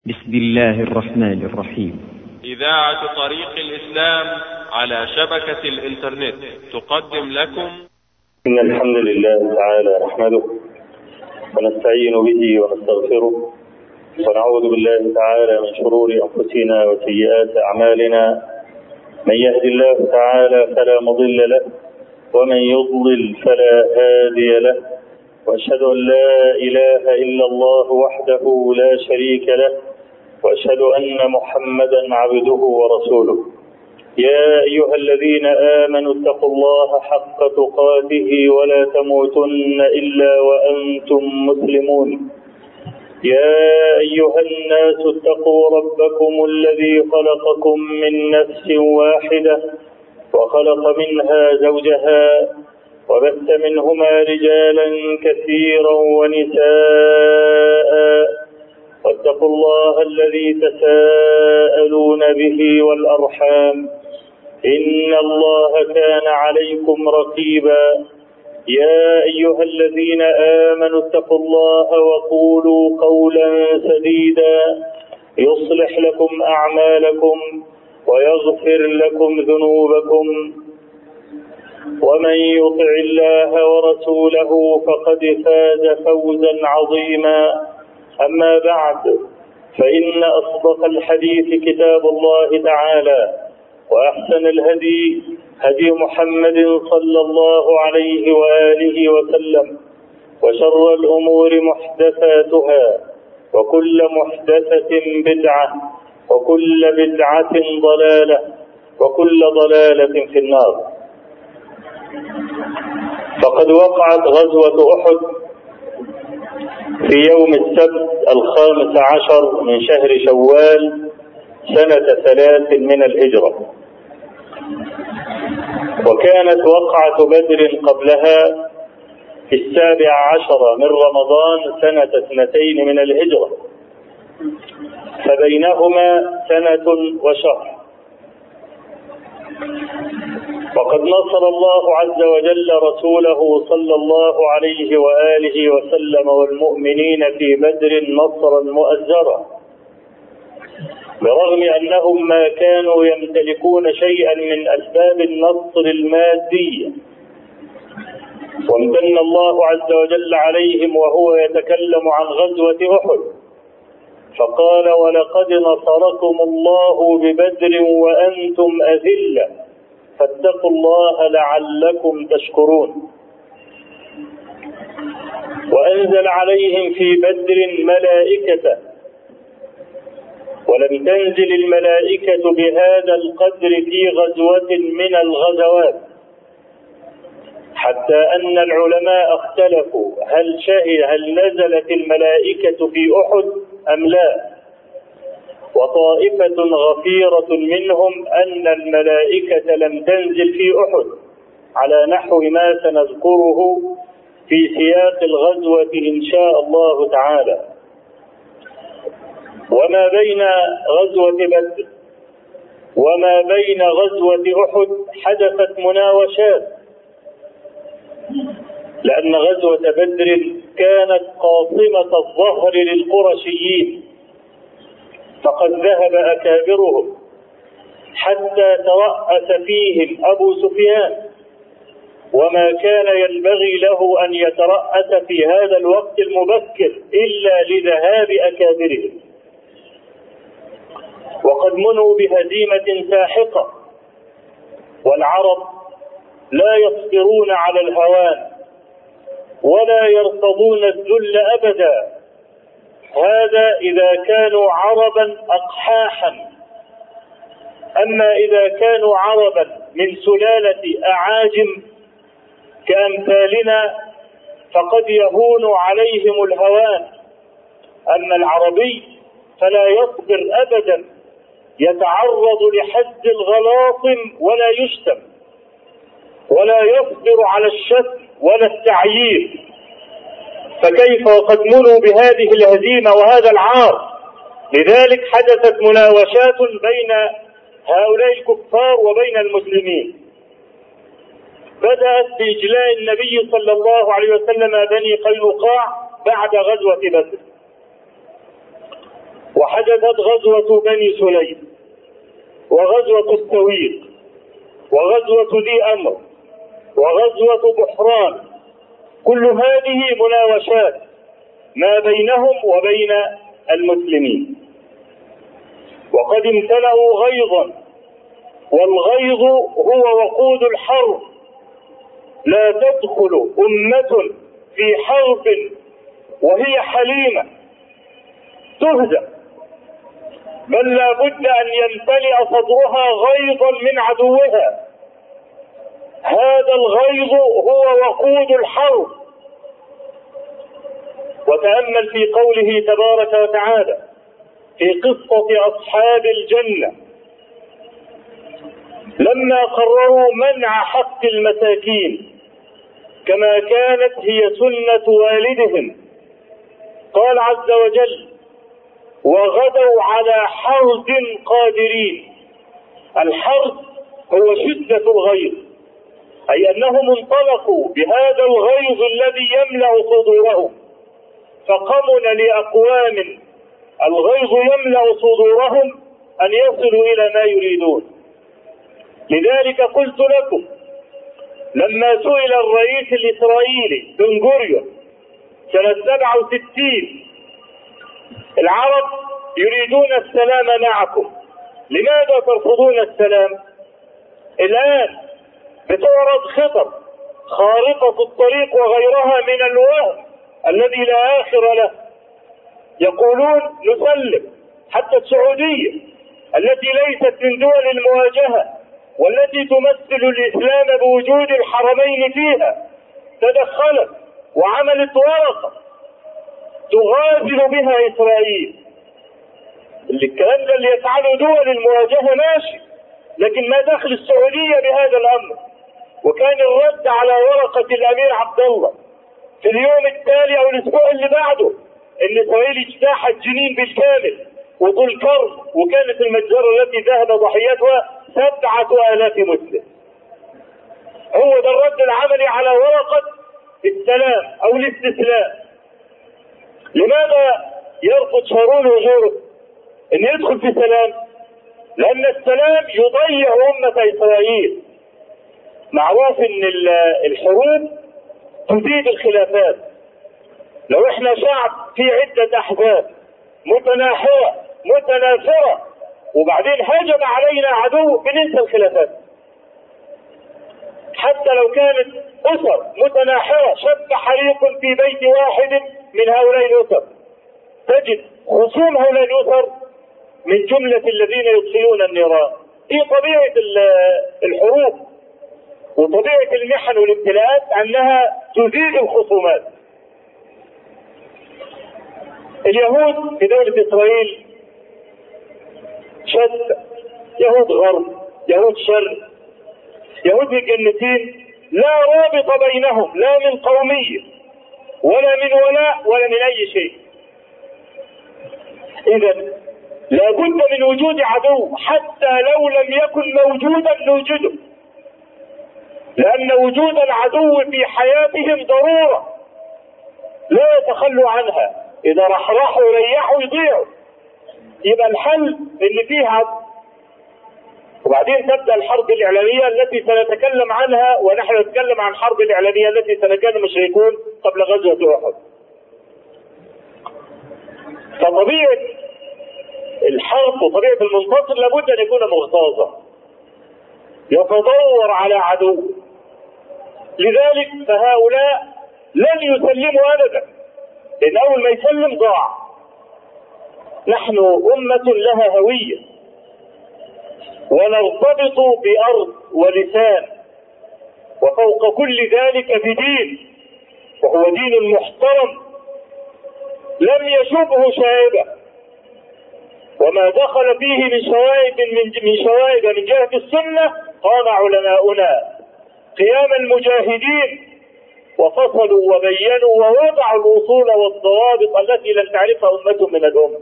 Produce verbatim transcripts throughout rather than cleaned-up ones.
بسم الله الرحمن الرحيم. إذاعة طريق الإسلام على شبكة الإنترنت تقدم لكم إن الحمد لله تعالى نحمده ونستعين به ونستغفره ونعوذ بالله تعالى من شرور أنفسنا وسيئات أعمالنا. من يهد الله تعالى فلا مضل له ومن يضلل فلا هادي له، وأشهد أن لا إله إلا الله وحده لا شريك له، وأشهد أن محمدا عبده ورسوله. يا أيها الذين آمنوا اتقوا الله حق تقاته ولا تموتن إلا وأنتم مسلمون. يا أيها الناس اتقوا ربكم الذي خلقكم من نفس واحدة وخلق منها زوجها وبث منهما رجالا كثيرا ونساء، واتقوا الله الذي تساءلون به والأرحام إن الله كان عليكم رقيبا. يا أيها الذين آمنوا اتقوا الله وقولوا قولا سديدا يصلح لكم أعمالكم ويغفر لكم ذنوبكم، ومن يطع الله ورسوله فقد فاز فوزا عظيما. أما بعد، فإن أصدق الحديث كتاب الله تعالى، وأحسن الهدي هدي محمد صلى الله عليه وآله وسلم، وشر الأمور محدثاتها، وكل محدثة بدعة، وكل بدعة ضلالة، وكل ضلالة في النار. فقد وقعت غزوة أحد في يوم السبت الخامس عشر من شهر شوال سنة ثلاث من الهجرة، وكانت وقعة بدر قبلها في السابع عشر من رمضان سنة اثنتين من الهجرة، فبينهما سنة وشهر. وقد نصر الله عز وجل رسوله صلى الله عليه وآله وسلم والمؤمنين في بدر نصرا مؤزرا، برغم أنهم ما كانوا يمتلكون شيئا من أسباب النصر المادي. وامتن الله عز وجل عليهم وهو يتكلم عن غزوة أحد فقال: ولقد نصركم الله ببدر وأنتم أذلة فاتقوا الله لعلكم تشكرون. وأنزل عليهم في بدر ملائكة، ولم تنزل الملائكة بهذا القدر في غزوة من الغزوات، حتى أن العلماء اختلفوا هل شهد هل نزلت الملائكة في أحد أم لا. وطائفة غفيرة منهم أن الملائكة لم تنزل في أحد، على نحو ما سنذكره في سياق الغزوة إن شاء الله تعالى. وما بين غزوة بدر وما بين غزوة أحد حدثت مناوشات، لأن غزوة بدر كانت قاصمة الظهر للقرشيين، فقد ذهب أكابرهم حتى ترأس فيهم أبو سفيان، وما كان ينبغي له أن يترأس في هذا الوقت المبكر إلا لذهاب أكابرهم. وقد منوا بهزيمة ساحقة، والعرب لا يصبرون على الهوان ولا يرتضون الذل أبدا، هذا إذا كانوا عربا أقحاحا. أما إذا كانوا عربا من سلالة أعاجم كأمثالنا فقد يهون عليهم الهوان. أما العربي فلا يصبر أبدا، يتعرض لحد الغلاطم ولا يشتم، ولا يصبر على الشتم ولا التعيير، فكيف وقد منوا بهذه الهزيمة وهذا العار؟ لذلك حدثت مناوشات بين هؤلاء الكفار وبين المسلمين، بدأت بإجلاء النبي صلى الله عليه وسلم بني قينقاع بعد غزوة بدر، وحدثت غزوة بني سليم وغزوة السويق وغزوة ذي أمر وغزوة بحران، كل هذه مناوشات ما بينهم وبين المسلمين، وقد امتلأوا غيظا، والغيظ هو وقود الحرب. لا تدخل أمة في حرب وهي حليمة تهزم، بل لا بد أن يمتلئ صدرها غيظا من عدوها. هذا الغيظ هو وقود الحرب. وتأمل في قوله تبارك وتعالى في قصة أصحاب الجنة لما قرروا منع حق المساكين كما كانت هي سنة والدهم، قال عز وجل: وغدوا على حرد قادرين. الحرد هو شدة الغيظ، أي أنهم انطلقوا بهذا الغيظ الذي يملأ صدورهم، فقمن لأقوام الغيظ يملأ صدورهم أن يصلوا إلى ما يريدون. لذلك قلت لكم لما سئل الرئيس الإسرائيلي بن غوريون سنة سبعة وستين: العرب يريدون السلام معكم، لماذا ترفضون السلام؟ الآن بتعرض خطط خارطة الطريق وغيرها من الوهم الذي لا آخر له. يقولون نسلم، حتى السعودية التي ليست من دول المواجهة والتي تمثل الإسلام بوجود الحرمين فيها تدخلت وعملت ورقة تغازل بها إسرائيل. الكلام ده اللي يفعله دول المواجهة ماشي، لكن ما دخل السعودية بهذا الأمر؟ وكان الرد على ورقة الأمير عبد الله في اليوم التالي أو الأسبوع اللي بعده إن إسرائيل اجتاحت جنين بالكامل وطول كرم، وكانت المجزرة التي ذهب ضحيتها سبعة آلاف مسلم. هو ده الرد العملي على ورقة السلام أو الاستسلام. لماذا يرفض شارون وغيره أن يدخل في سلام؟ لأن السلام يضيع أمة إسرائيل. معروف أن الحروب تزيد الخلافات. لو احنا شعب في عدة أحزاب متناحرة متنافرة وبعدين هجم علينا عدو بننسى الخلافات. حتى لو كانت أسر متناحرة شب حريق في بيت واحد من هؤلاء الأسر، تجد خصوم هؤلاء الأسر من جملة الذين يطفئون النيران. هي طبيعة الحروب وطبيعة المحن والابتلاءات أنها تزيد الخصومات. اليهود في دولة إسرائيل شتى، يهود غرب، يهود شرق، يهود الجنتين، لا رابط بينهم لا من قومية ولا من ولاء ولا من أي شيء. إذن لا بد من وجود عدو، حتى لو لم يكن موجودا نوجده، لأن وجود العدو في حياتهم ضرورة لا يتخلوا عنها. إذا رحرحوا وريحوا يضيعوا. يبقى الحل إن فيه عدو. وبعدين تبدأ الحرب الإعلامية التي سنتكلم عنها، ونحن نتكلم عن الحرب الإعلامية التي سنكون مشركون قبل غزوة أحد. فطبيعة الحرب وطبيعة المنتصر لابد أن يكون مغتاظا يتدور على عدو. لذلك فهؤلاء لن يسلموا أبدا، لأن أول ما يسلم ضاع. نحن أمة لها هوية ونرتبط بأرض ولسان، وفوق كل ذلك بدين، وهو دين محترم لم يشبه شائبة. وما دخل فيه من شوائب من شوائب من جهة السنة قام علماؤنا قيام المجاهدين وفصلوا وبينوا ووضعوا الأصول والضوابط التي لم تعرفها أمة من الأمم.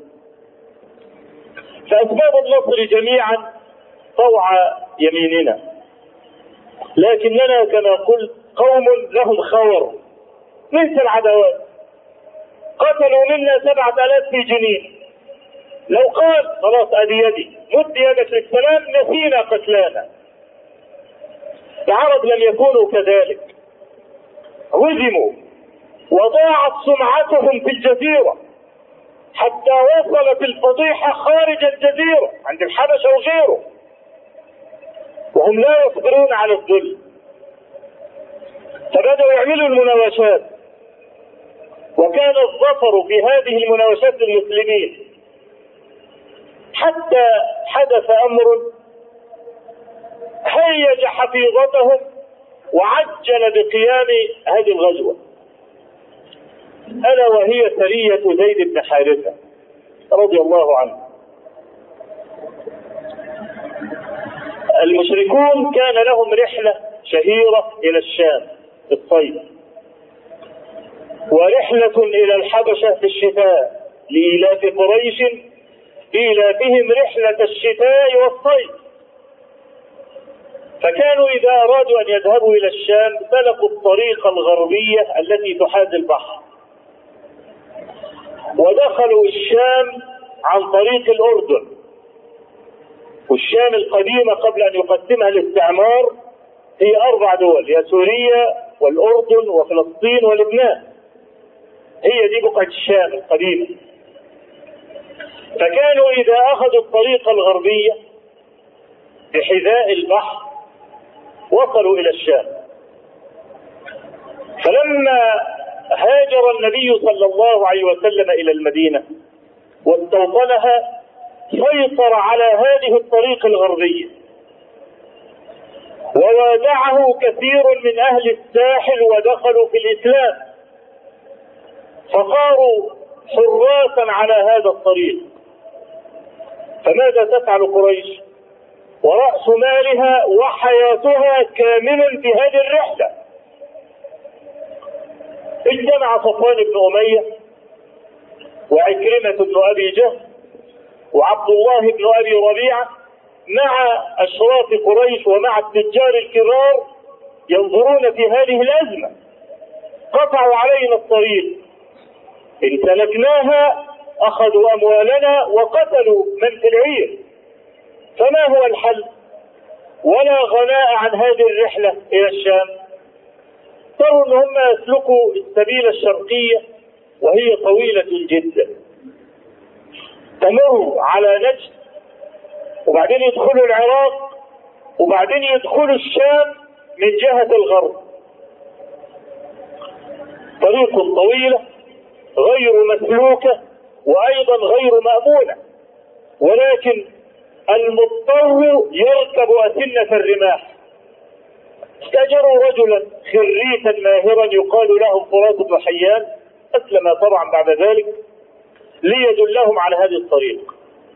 فأسباب النصر جميعا طوع يميننا، لكننا كما قلت قوم لهم خور. ليس العدوات قتلوا منا سبعة آلاف في جنين، لو قال خلاص ادي يدي مد يدك للسلام نسينا قتلانا. العرب لم يكونوا كذلك، هزموا وضاعت سمعتهم في الجزيرة حتى وصلت الفضيحة خارج الجزيرة عند الحبشة وغيره، وهم لا يصبرون على الذل، فبدأوا يعملوا المناوشات، وكان الظفر في هذه المناوشات للمسلمين، حتى حدث أمر هيج حفيظتهم وعجل بقيام هذه الغزوة، ألا وهي سرية زيد بن حارثة رضي الله عنه. المشركون كان لهم رحلة شهيرة إلى الشام في الصيف، ورحلة إلى الحبشة في الشتاء لإيلاف قريش إيلافهم رحلة الشتاء والصيف. فكانوا إذا أرادوا أن يذهبوا إلى الشام سلكوا الطريق الغربية التي تحاذي البحر، ودخلوا الشام عن طريق الأردن. والشام القديمة قبل أن يقسمها الاستعمار هي أربع دول، هي سوريا والأردن وفلسطين ولبنان، هي دي بقعة الشام القديمة. فكانوا إذا أخذوا الطريق الغربية بحذاء البحر وصلوا إلى الشام. فلما هاجر النبي صلى الله عليه وسلم إلى المدينة واستوطنها سيطر على هذه الطريق الغربية، ووادعه كثير من أهل الساحل ودخلوا في الإسلام، فصاروا حراسا على هذا الطريق. فماذا تفعل قريش ورأس مالها وحياتها كامل في هذه الرحلة؟ اجتمع صفوان بن أمية وعكرمة بن أبي جهل وعبد الله بن أبي ربيعة مع أشراف قريش ومع التجار الكبار ينظرون في هذه الأزمة. قطعوا علينا الطريق، إن سلكناها أخذوا أموالنا وقتلوا من في العير، فما هو الحل؟ ولا غناء عن هذه الرحلة إلى الشام. اضطروا ان هم يسلكوا السبيل الشرقية وهي طويلة جدا، تمر على نجد وبعدين يدخلوا العراق وبعدين يدخلوا الشام من جهة الغرب. طريق طويلة غير مسلوكة وأيضا غير مأمونة، ولكن المضطر يركب أسنة الرماح. استأجروا رجلا خريتا ماهرا يقال له فراس بن حيان، أسلم طبعا بعد ذلك، ليدلهم على هذه الطريق.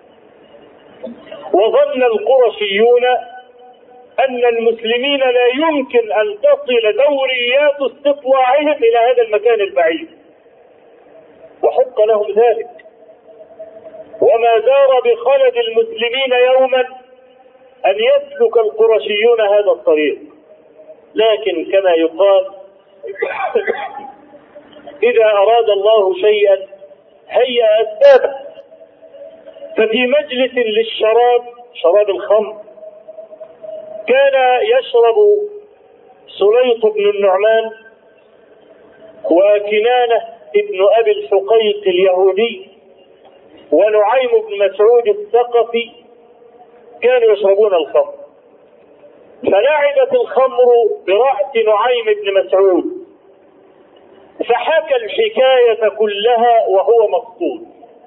وظن القرشيون أن المسلمين لا يمكن أن تصل دوريات استطلاعهم إلى هذا المكان البعيد، وحق لهم ذلك. وما دار بخلد المسلمين يوما أن يسلك القرشيون هذا الطريق، لكن كما يقال إذا أراد الله شيئا هيأ أسبابه. ففي مجلس للشراب، شراب الخمر، كان يشرب سليط بن النعمان وكنانة ابن أبي الحقيق اليهودي ونعيم بن مسعود الثقفي، كانوا يشربون الخمر. فلعبت الخمر برأس نعيم بن مسعود، فحكى الحكاية كلها وهو مقصود،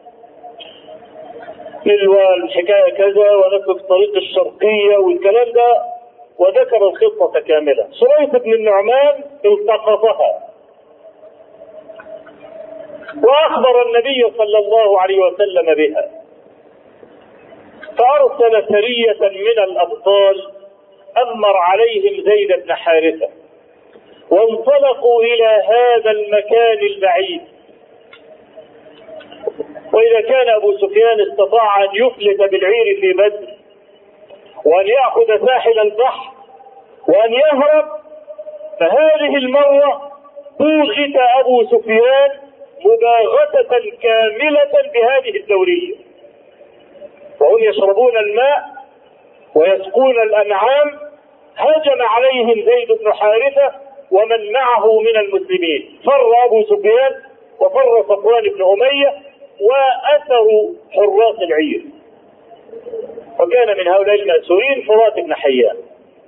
الحكاية كذا ونسلك طريق الشرقية والكلام ده، وذكر الخطة كاملة. سليط بن النعمان التقطها وأخبر النبي صلى الله عليه وسلم بها، فأرسل سرية من الأبطال أمر عليهم زيد بن حارثة، وانطلقوا إلى هذا المكان البعيد. وإذا كان أبو سفيان استطاع أن يفلت بالعير في بدر وأن يأخذ ساحل البحر وأن يهرب، فهذه المرة بوغت أبو سفيان مباغتة كاملة بهذه الدورية، وهم يشربون الماء ويسقون الأنعام هجم عليهم زيد بن حارثة ومن معه من المسلمين، فر أبو سفيان وفر صفوان بن أمية وأثروا حراس العير، وكان من هؤلاء المأسورين فرات بن حيان.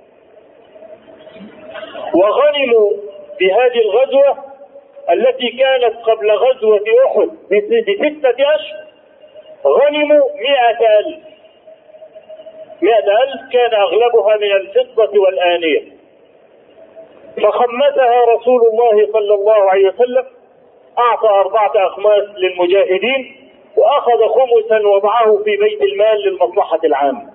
وغنموا في هذه الغزوة التي كانت قبل غزوة أحد بستة أشهر، غنموا مئة ألف مئة ألف كان أغلبها من الفضة والآنية، فخمسها رسول الله صلى الله عليه وسلم، أعطى أربعة أخماس للمجاهدين وأخذ خمسا وضعه في بيت المال للمصلحة العامة.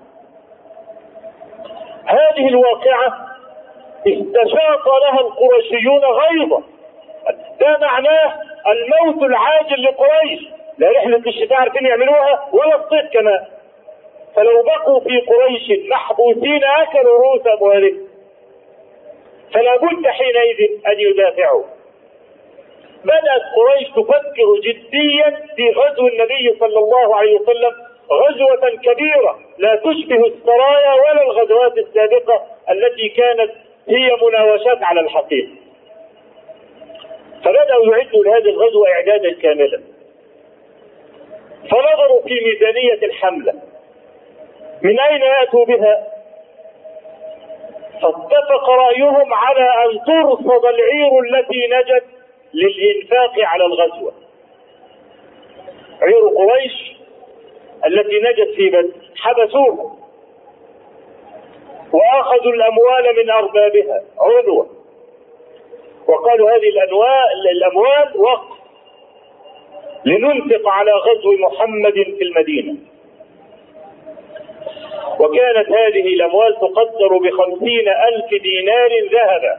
هذه الواقعة استشاط لها القرشيون غيظا، ده معناه الموت العاجل لقريش، لا رحلة الشتاء عارفين يعملوها ولا الصيف كمان، فلو بقوا في قريش محبوسين أكلوا رؤوس أموالهم، فلا بد حينئذ أن يدافعوا. بدأت قريش تفكر جديا في غزو النبي صلى الله عليه وسلم، غزوة كبيرة لا تشبه السرايا ولا الغزوات السابقة التي كانت هي مناوشات على الحقيقة. فبدأوا يعدوا لهذه الغزوة إعدادا كاملا، فنظروا في ميزانية الحملة من أين يأتوا بها، فاتفق رأيهم على أن ترصد العير التي نجت للإنفاق على الغزوة، عير قريش التي نجت في بدر حبسوها وأخذوا الأموال من أربابها عنوة، وقالوا هذه الأموال وقف لننفق على غزو محمد في المدينة. وكانت هذه الأموال تقدر بخمسين ألف دينار ذهبا،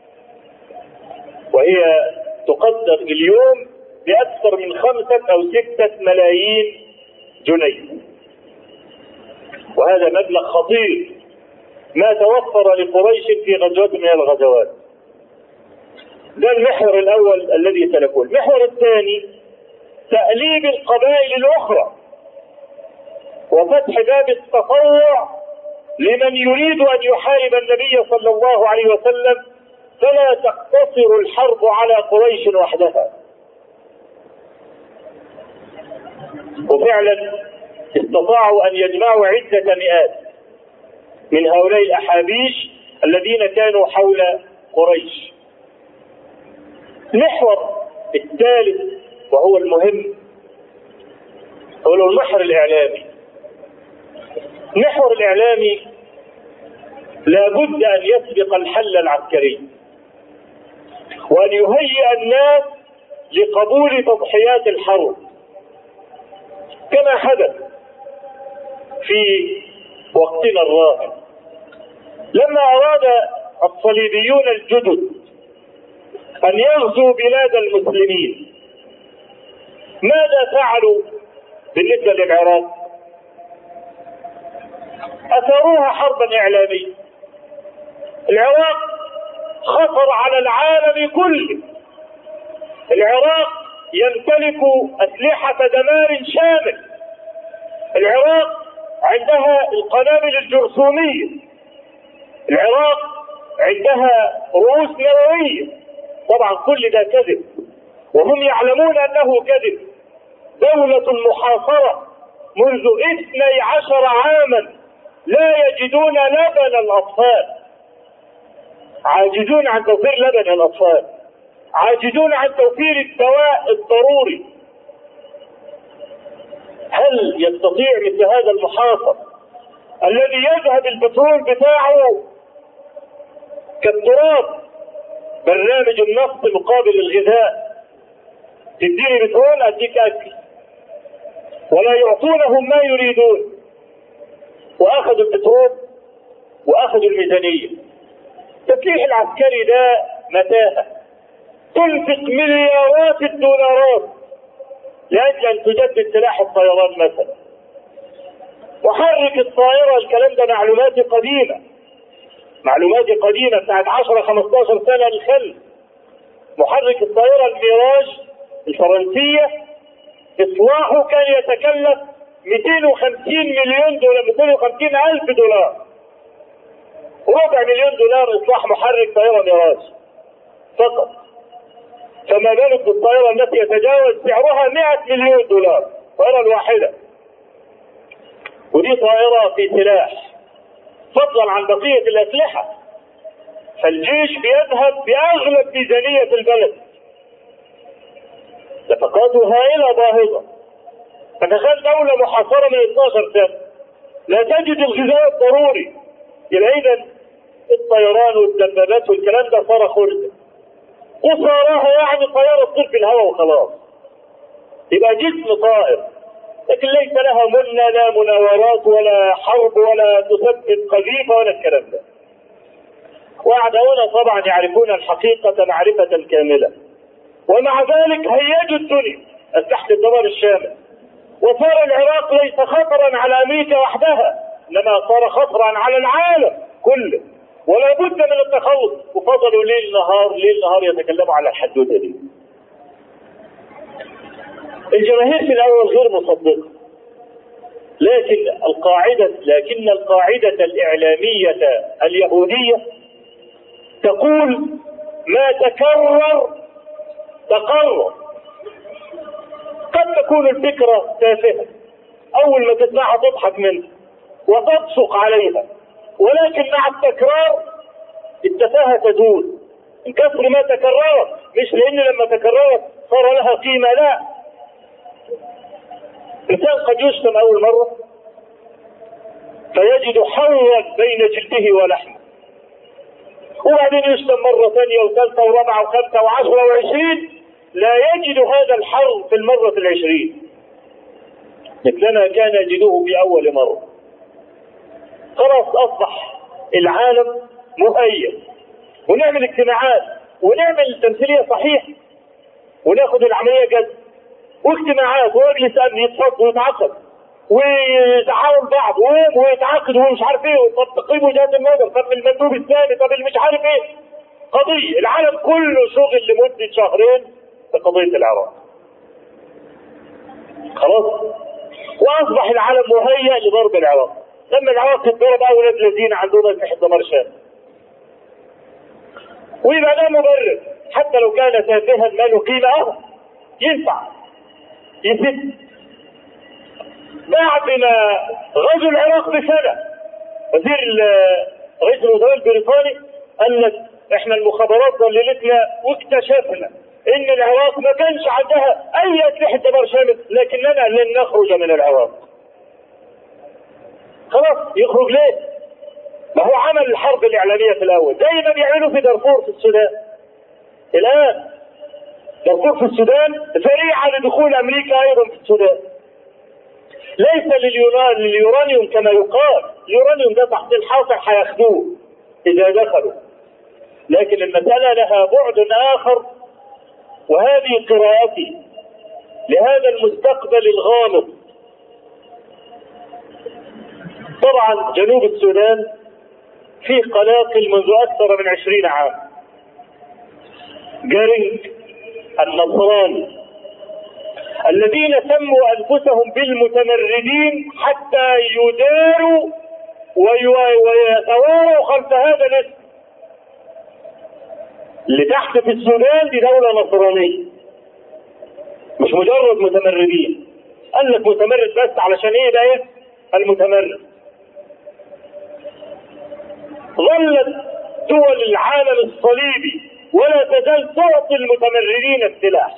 وهي تقدر اليوم بأكثر من خمسة أو ستة ملايين جنيه، وهذا مبلغ خطير ما توفر لقريش في غزوة من الغزوات. ده المحور الأول الذي سلكوه. المحور الثاني تأليب القبائل الأخرى وفتح باب التطوع لمن يريد أن يحارب النبي صلى الله عليه وسلم، فلا تقتصر الحرب على قريش وحدها. وفعلا استطاعوا أن يجمعوا عدة مئات من هؤلاء الأحابيش الذين كانوا حول قريش. المحور الثالث وهو المهم هو المحور الإعلامي. المحور الإعلامي لا بد أن يسبق الحل العسكري، وأن يهيئ الناس لقبول تضحيات الحرب، كما حدث في وقتنا الراهن لما أراد الصليبيون الجدد أن يغزوا بلاد المسلمين. ماذا فعلوا بالنسبة للعراق؟ أثروها حربا إعلامية. العراق خطر على العالم كله، العراق يمتلك أسلحة دمار شامل، العراق عندها القنابل الجرثومية، العراق عندها رؤوس نووية. طبعا كل ده كذب، وهم يعلمون أنه كذب. دولة محاصرة منذ اثني عشر عاما لا يجدون لبن الأطفال، عاجزون عن توفير لبن الأطفال، عاجزون عن توفير الدواء الضروري. هل يستطيع مثل هذا المحاصر الذي يذهب البترول بتاعه كالتراب، برنامج النفط مقابل الغذاء، تديني بترول أديك أكل، ولا يعطونهم ما يريدون، وأخذوا البترول وأخذوا الميزانية. التسليح العسكري ده متاهة، تنفق مليارات الدولارات لأجل أن تجدد سلاح الطيران مثلا، محرك الطائرة، الكلام ده معلومات قديمة، معلومات قديمة بتاعت عشرة خمسة عشر سنة للخلف. محرك الطائرة الميراج الفرنسية إصلاحه كان يتكلف مئتين وخمسين مليون دولار، مئتين وخمسين ألف دولار، ربع مليون دولار إصلاح محرك طائرة ميراج فقط. فما بالك بالطائرة التي يتجاوز سعرها مئة مليون دولار، الطائرة الواحدة، ودي طائرة في سلاح فضلا عن بقية الأسلحة. فالجيش بيذهب بأغلب ميزانية البلد، نفقاته هائلة باهظة. فتخيل دولة محاصرة من اثناشر سنة لا تجد الغذاء الضروري، يبقى إذا الطيران والدبابات والكلام ده صار خرده، قصارها يعني طيارة تطير في الهواء وخلاص، يبقى جسم طائر، لكن ليس لها منى لا مناورات ولا حرب ولا تثبت قذيفة ولا الكلام ده. وأعداؤنا طبعا يعرفون الحقيقة معرفة كاملة، ومع ذلك هيجوا الدنيا أسلحة الدمار الشامل، وصار العراق ليس خطرا على أمريكا وحدها، إنما صار خطرا على العالم كله، ولا بد من التخلص. وفضلوا ليل نهار ليل نهار يتكلموا على الحدوثة دي. الجماهير في الأول غير مصدقة، لكن القاعدة لكن القاعدة الإعلامية اليهودية تقول ما تكرر تقرر. قد تكون الفكرة تافهة، أول ما تسمعها تضحك منها وتبصق عليها، ولكن مع التكرار التفاهة تزول من كثر ما تكررت، مش لأن لما تكررت صار لها قيمة، لا. إنسان قد يشتم أول مرة فيجد حوا بين جلده ولحمه، وبعدين يشتم مرة ثانية وثالثة ورابعة وخمسة وعشرة وعشرين، لا يجد هذا الحر في المرة العشرين مثلما كان يجده في أول مرة. خلاص أصبح العالم مهيئ، ونعمل اجتماعات ونعمل تمثيلية صحيح وناخد العملية جد، واجتماعات ومجلس أمن يتصد ويتعقد ويتعاون بعض ويتعاقد ومش عارف ايه، طب تقييم وجهات النظر، طب المندوب الثاني، طب اللي مش عارف ايه، قضية العالم كله شغل لمدة شهرين في قضية العراق. خلاص، واصبح العالم مهيئ لضرب العراق. لما العراق تضرب اولاد الذين عندهم اسلحة دمار شامل، ويبقى ده مبرر حتى لو كان تافها ما له قيمة، اه ينفع يفيد. بعد ما غزوا العراق بسنة، وزير رئيس الوزراء البريطاني قال لك احنا المخابرات ضللتنا واكتشفنا ان العراق ما كانش عندها اي اسلحة دمار شامل، لكننا لن نخرج من العراق. خلاص، يخرج ليه؟ ما هو عمل الحرب الاعلامية في الاول زي ما بيعملوا في دارفور في السودان. الان دارفور في السودان ذريعة لدخول امريكا ايضا في السودان. ليس لليورانيوم كما يقال، اليورانيوم ده تحصيل حاصل هياخدوه اذا دخلوا، لكن المسألة لها بعد اخر، وهذه قراءتي لهذا المستقبل الغامض. طبعا جنوب السودان فيه قلاقل منذ اكثر من عشرين عام. جارينج النصراني الذين سموا انفسهم بالمتمردين حتى يداروا ويتواروا خلف هذا الاسم. اللي تحت في السودان دي دولة نصرانية، مش مجرد متمردين. قال لك متمرد بس علشان ايه ده ايه المتمرد. ظلت دول العالم الصليبي ولا تزال تعطي المتمردين السلاح،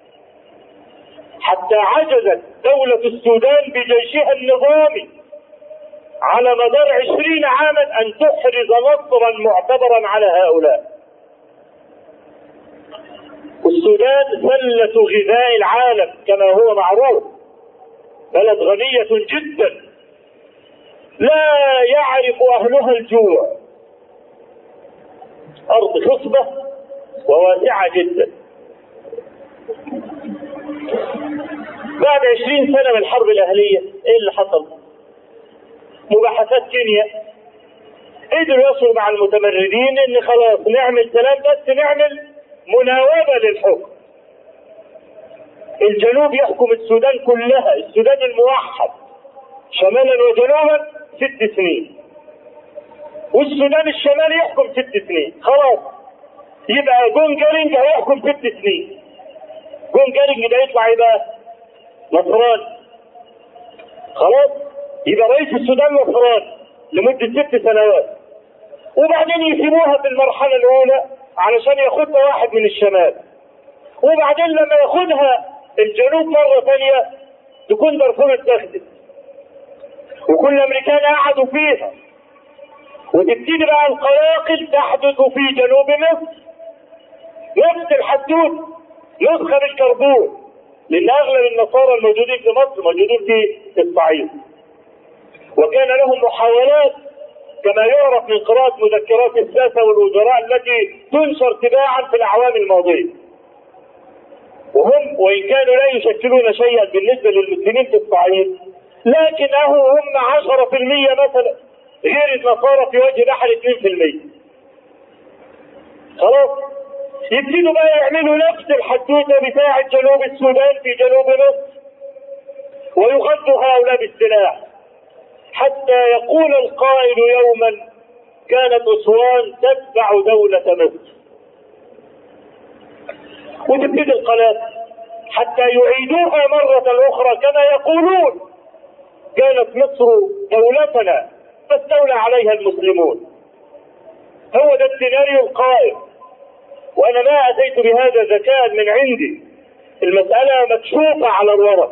حتى عجزت دولة السودان بجيشها النظامي على مدار عشرين عاما أن تحرز نصرا معتبرا على هؤلاء. السودان سلة غذاء العالم كما هو معروف، بلد غنية جدا لا يعرف أهلها الجوع، أرض خصبة وواسعة جدا. بعد عشرين سنة من الحرب الأهلية ايه اللي حصل؟ مباحثات كينيا قدروا يصلوا مع المتمردين ان خلاص نعمل سلام، بس نعمل مناوبة للحكم. الجنوب يحكم السودان كلها، السودان الموحد شمالا وجنوبا ست سنين، والسودان الشمالي يحكم ست سنين. خلاص يبقى جون جارينج هيحكم ست سنين. جون جارينج ده يطلع يبقى نصراني. خلاص يبقى رئيس السودان نصراني لمدة ست سنوات، وبعدين يسيبوها في المرحلة الأولى علشان ياخدها واحد من الشمال، وبعدين لما ياخدها الجنوب مرة ثانية تكون دارفور اتخذت وكل الأمريكان قعدوا فيها، وتبتدي بقى القلاقل تحدث في جنوب مصر. نفس الحدود نسخة بالكربون، لأن أغلب النصارى الموجودين في مصر موجودين في الصعيد، وكان لهم محاولات كما يعرف من قراءة مذكرات الساسة والوزراء التي تنشر تباعا في الأعوام الماضية، وهم وإن كانوا لا يشكلون شيئا بالنسبة للمسلمين في الصعيد، لكنه هم عشرة في المية مثلا، غير النصارى في وجه بحر اثنين في المية. خلاص يبتدوا بقى يعملوا نفس الحدوته بتاعة جنوب السودان في جنوب مصر، ويغذوا هؤلاء بالسلاح، حتى يقول القائل يوما كانت أسوان تتبع دولة مصر، وتبتدي القناة حتى يعيدوها مرة أخرى كما يقولون كانت مصر دولتنا فاستولى عليها المسلمون. هو ده السيناريو القائم، وأنا ما أتيت بهذا ذكاء من عندي، المسألة مكشوفة على الورق.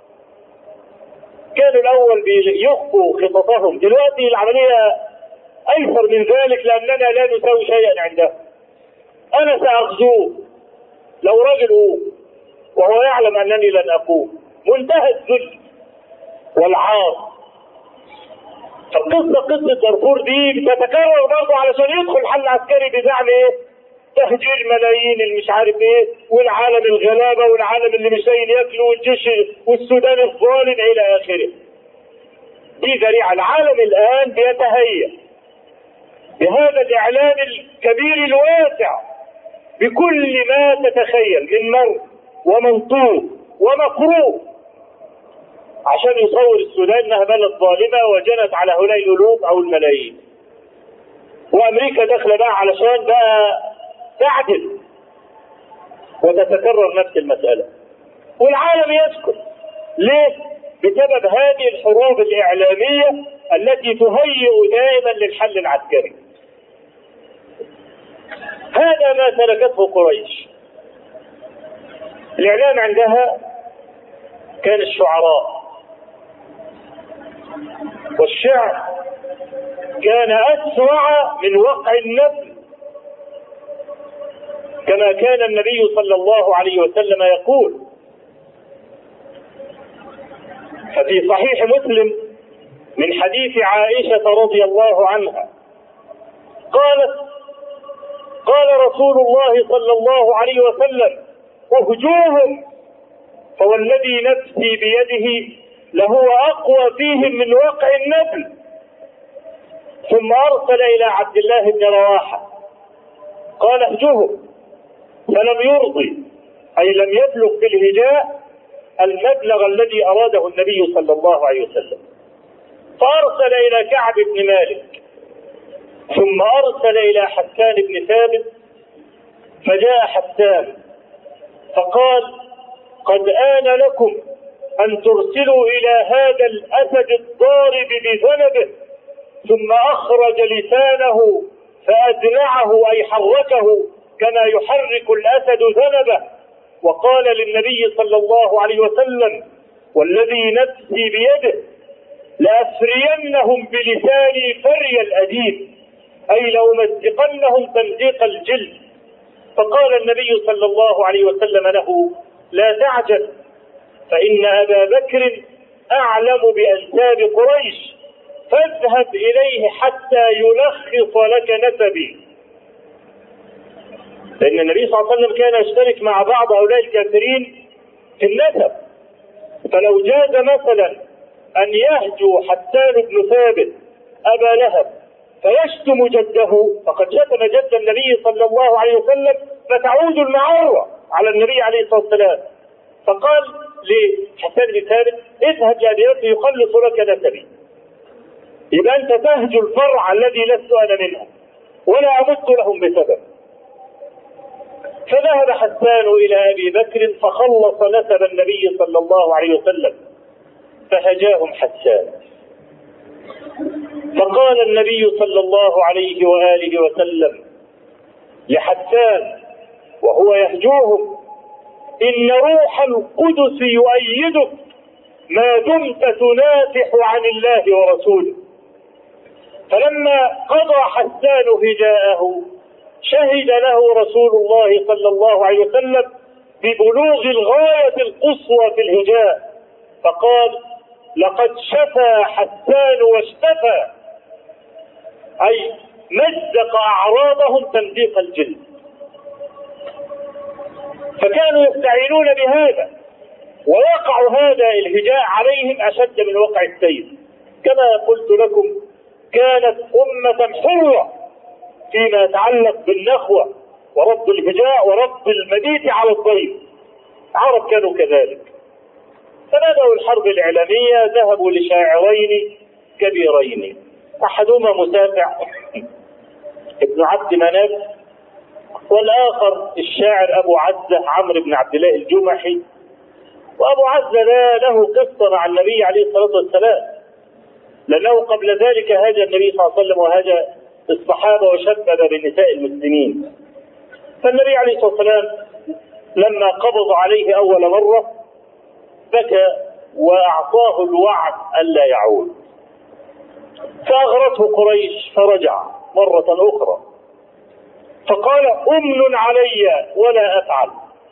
كانوا الأول بيخفوا خططهم، دلوقتي العملية أيسر من ذلك لأننا لا نساوي شيئا عنده. أنا سأغزوه لو رجل وهو يعلم أنني لن أقوم، منتهى الذل والعار. القصة قصة دارفور دي بتتكرر برضه علشان يدخل حل عسكري بزعم ايه؟ تهجير ملايين المش عارف ايه، والعالم الغلابة والعالم اللي مش لاقيين ياكلوا، والجيش والسودان الظالم الى اخره. دي ذريعة. العالم الان بيتهيأ بهذا الاعلام الكبير الواسع بكل ما تتخيل من مرء ومنطوق ومكروه، عشان يصور السودان انها بلد ظالمه وجنت على هؤلاء الالوف او الملايين. وامريكا داخله بقى علشان بقى تعدل، وتتكرر نفس المساله، والعالم يسكت. ليه؟ بسبب هذه الحروب الاعلاميه التي تهيئ دائما للحل العسكري. هذا ما سلكته قريش. الاعلام عندها كان الشعراء، والشعر كان أسرع من وقع النبل، كما كان النبي صلى الله عليه وسلم يقول. ففي صحيح مسلم من حديث عائشة رضي الله عنها قالت: قال رسول الله صلى الله عليه وسلم: اهجوهم فوالذي نفسي بيده لهو أقوى فيهم من وقع النبل. ثم أرسل إلى عبد الله بن رواحة قال: اهجوهم، فلم يرضي، أي لم يبلغ في الهجاء المبلغ الذي أراده النبي صلى الله عليه وسلم. فأرسل إلى كعب بن مالك، ثم أرسل إلى حسان بن ثابت، فجاء حسان فقال: قد آن لكم أن ترسلوا إلى هذا الأسد الضارب بذنبه. ثم أخرج لسانه فأدلعه، أي حركه كما يحرك الأسد ذنبه، وقال للنبي صلى الله عليه وسلم: والذي نفسي بيده لأفرينهم بلساني فري الأديب، أي لأمزقنهم تمزيق الجلد. فقال النبي صلى الله عليه وسلم له: لا تعجل، فإن أبا بكر أعلم بأنساب قريش، فاذهب إليه حتى يلخص لك نسبي. لأن النبي صلى الله عليه وسلم كان يشترك مع بعض هؤلاء الكافرين في النسب، فلو جاز مثلا أن يهجو حسان بن ثابت أبا لهب فيشتم جده، فقد شتم جد النبي صلى الله عليه وسلم، فتعود المعرة على النبي عليه الصلاة والسلام. فقال: لحسان بن ثابت: اذهب لأبي بكر يخلص لك نسبي. يبقى أنت تهجو الفرع الذي لست أنا منه ولا أمت لهم بسبب. فذهب حسان إلى أبي بكر فخلص نسب النبي صلى الله عليه وسلم، فهجاهم حسان. فقال النبي صلى الله عليه وآله وسلم لحسان وهو يهجوهم: إن روح القدس يؤيدك ما دمت تنافح عن الله ورسوله. فلما قضى حسان هجاءه شهد له رسول الله صلى الله عليه وسلم ببلوغ الغاية القصوى في الهجاء، فقال: لقد شفى حسان واشتفى، أي مزق أعراضهم تمزيق الجلد. فكانوا يستعينون بهذا، ووقع هذا الهجاء عليهم أشد من وقع السيف. كما قلت لكم كانت أمة حرة فيما يتعلق بالنخوة ورد الهجاء ورد المبيت على الضيف. العرب كانوا كذلك. فبدأوا الحرب الإعلامية، ذهبوا لشاعرين كبيرين، أحدهما مسافع ابن عبد مناف، والآخر الشاعر أبو عزة عمرو بن عبد الله الجمحي. وأبو عزة له قصة مع النبي عليه الصلاة والسلام، لأنه قبل ذلك هاجى النبي صلى الله عليه وسلم وهاجى الصحابة وشبب بنساء المسلمين. فالنبي عليه الصلاة والسلام لما قبض عليه أول مرة بكى وأعطاه الوعد ألا يعود، فأغرته قريش فرجع مرة أخرى فقال: أمن علي ولا أفعل.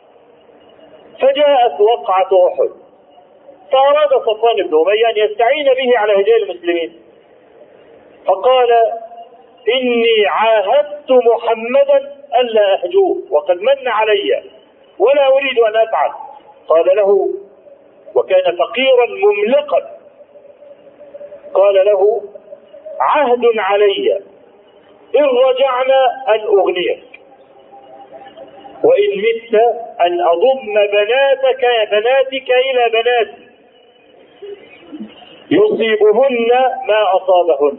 فجاءت وقعة أحد، فأراد صفوان بن أمية أن يستعين به على هجاء المسلمين، فقال: إني عاهدت محمدا ألا أهجوه وقد من علي ولا أريد أن أفعل. قال له، وكان فقيرا مملقا، قال له: عهد علي إن رجعنا أن أغنيك، وإن مت أن أضم بناتك بناتك إلى بناتي يصيبهن ما أصابهن.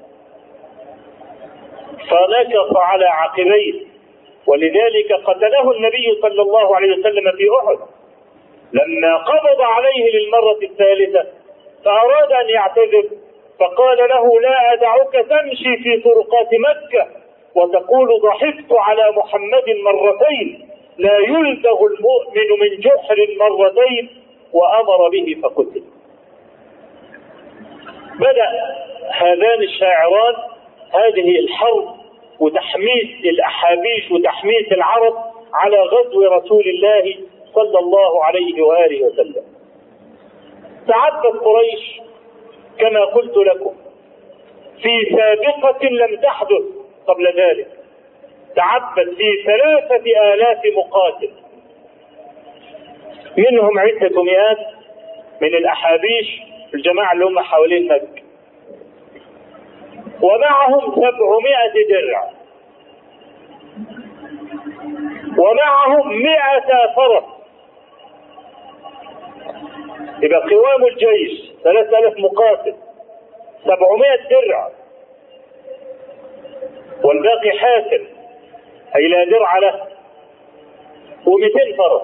فنكص على عقبيه، ولذلك قتله النبي صلى الله عليه وسلم في أحد لما قبض عليه للمرة الثالثة فأراد أن يعتذر، فقال له: لا أدعك تمشي في طرقات مكة وتقول ضحكت على محمد مرتين، لا يلدغ المؤمن من جحر مرتين، وأمر به فقتل. بدأ هذان الشاعران هذه الحرب وتحميس الأحابيش وتحميس العرب على غزو رسول الله صلى الله عليه وآله وسلم. تعبت قريش كما قلت لكم في سابقة لم تحدث قبل ذلك، تعبت في ثلاثة آلاف مقاتل، منهم عدة مئات من الأحابيش الجماعة اللي هم حوالين مكة، ومعهم سبعمائة درع، ومعهم مئة فرس. يبقى قوام الجيش ثلاثة آلاف مقاتل، سبعمائة درع، والباقي حاسر أي لا درع له، ومئتين فرس.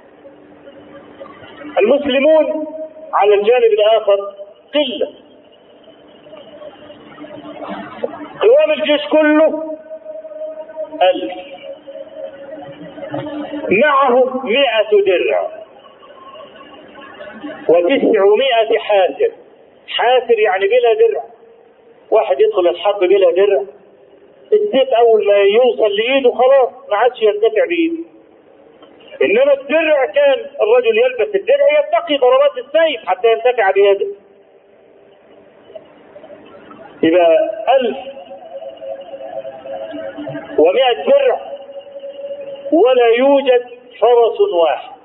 المسلمون على الجانب الآخر قلة، قوام الجيش كله ألف، معهم مئة درع وتسعمائة حاسر. حاسر يعني بلا درع، واحد يدخل الحرب بلا درع، السيف أول ما يوصل لإيده خلاص ما عادش ينتفع بإيده. إنما الدرع كان الرجل يلبس الدرع يتقي ضربات السيف حتى ينتفع بيده. يبقى ألف ومئة درع ولا يوجد فرس واحد،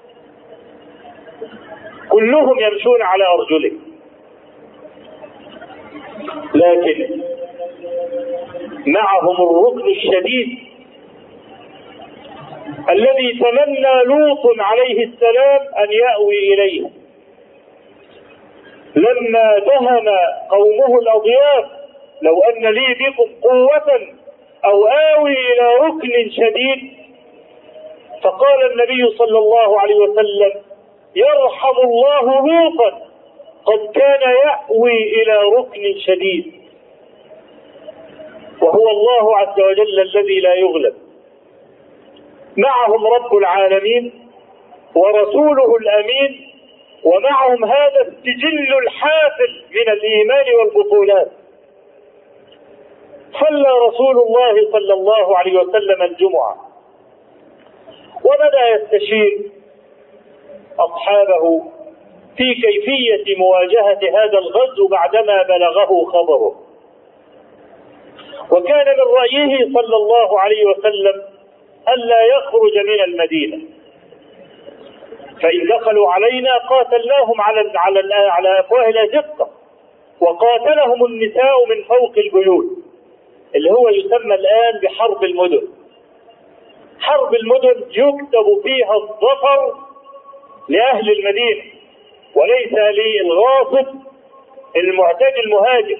كلهم يمشون على أرجلهم. لكن معهم الركن الشديد الذي تمنى لوط عليه السلام أن يأوي إليه لما دهم قومه الأضياف: لو أن لي بكم قوة أو آوي إلى ركن شديد. فقال النبي صلى الله عليه وسلم: يرحم الله لوطا، قد كان يأوي إلى ركن شديد. وهو الله عز وجل الذي لا يغلب، معهم رب العالمين ورسوله الأمين، ومعهم هذا السجل الحافل من الإيمان والبطولات. صلى رسول الله صلى الله عليه وسلم الجمعة، وبدأ يستشير أصحابه في كيفية مواجهة هذا الغزو بعدما بلغه خبره. وكان من رأيه صلى الله عليه وسلم ألا يخرج من المدينة، فإن دخلوا علينا قاتلناهم على على على أفواه الأزقة، وقاتلهم النساء من فوق البيوت، اللي هو يسمى الآن بحرب المدن. حرب المدن يكتب فيها الظفر لأهل المدينة وليس للغاصب المعتدي المهاجر.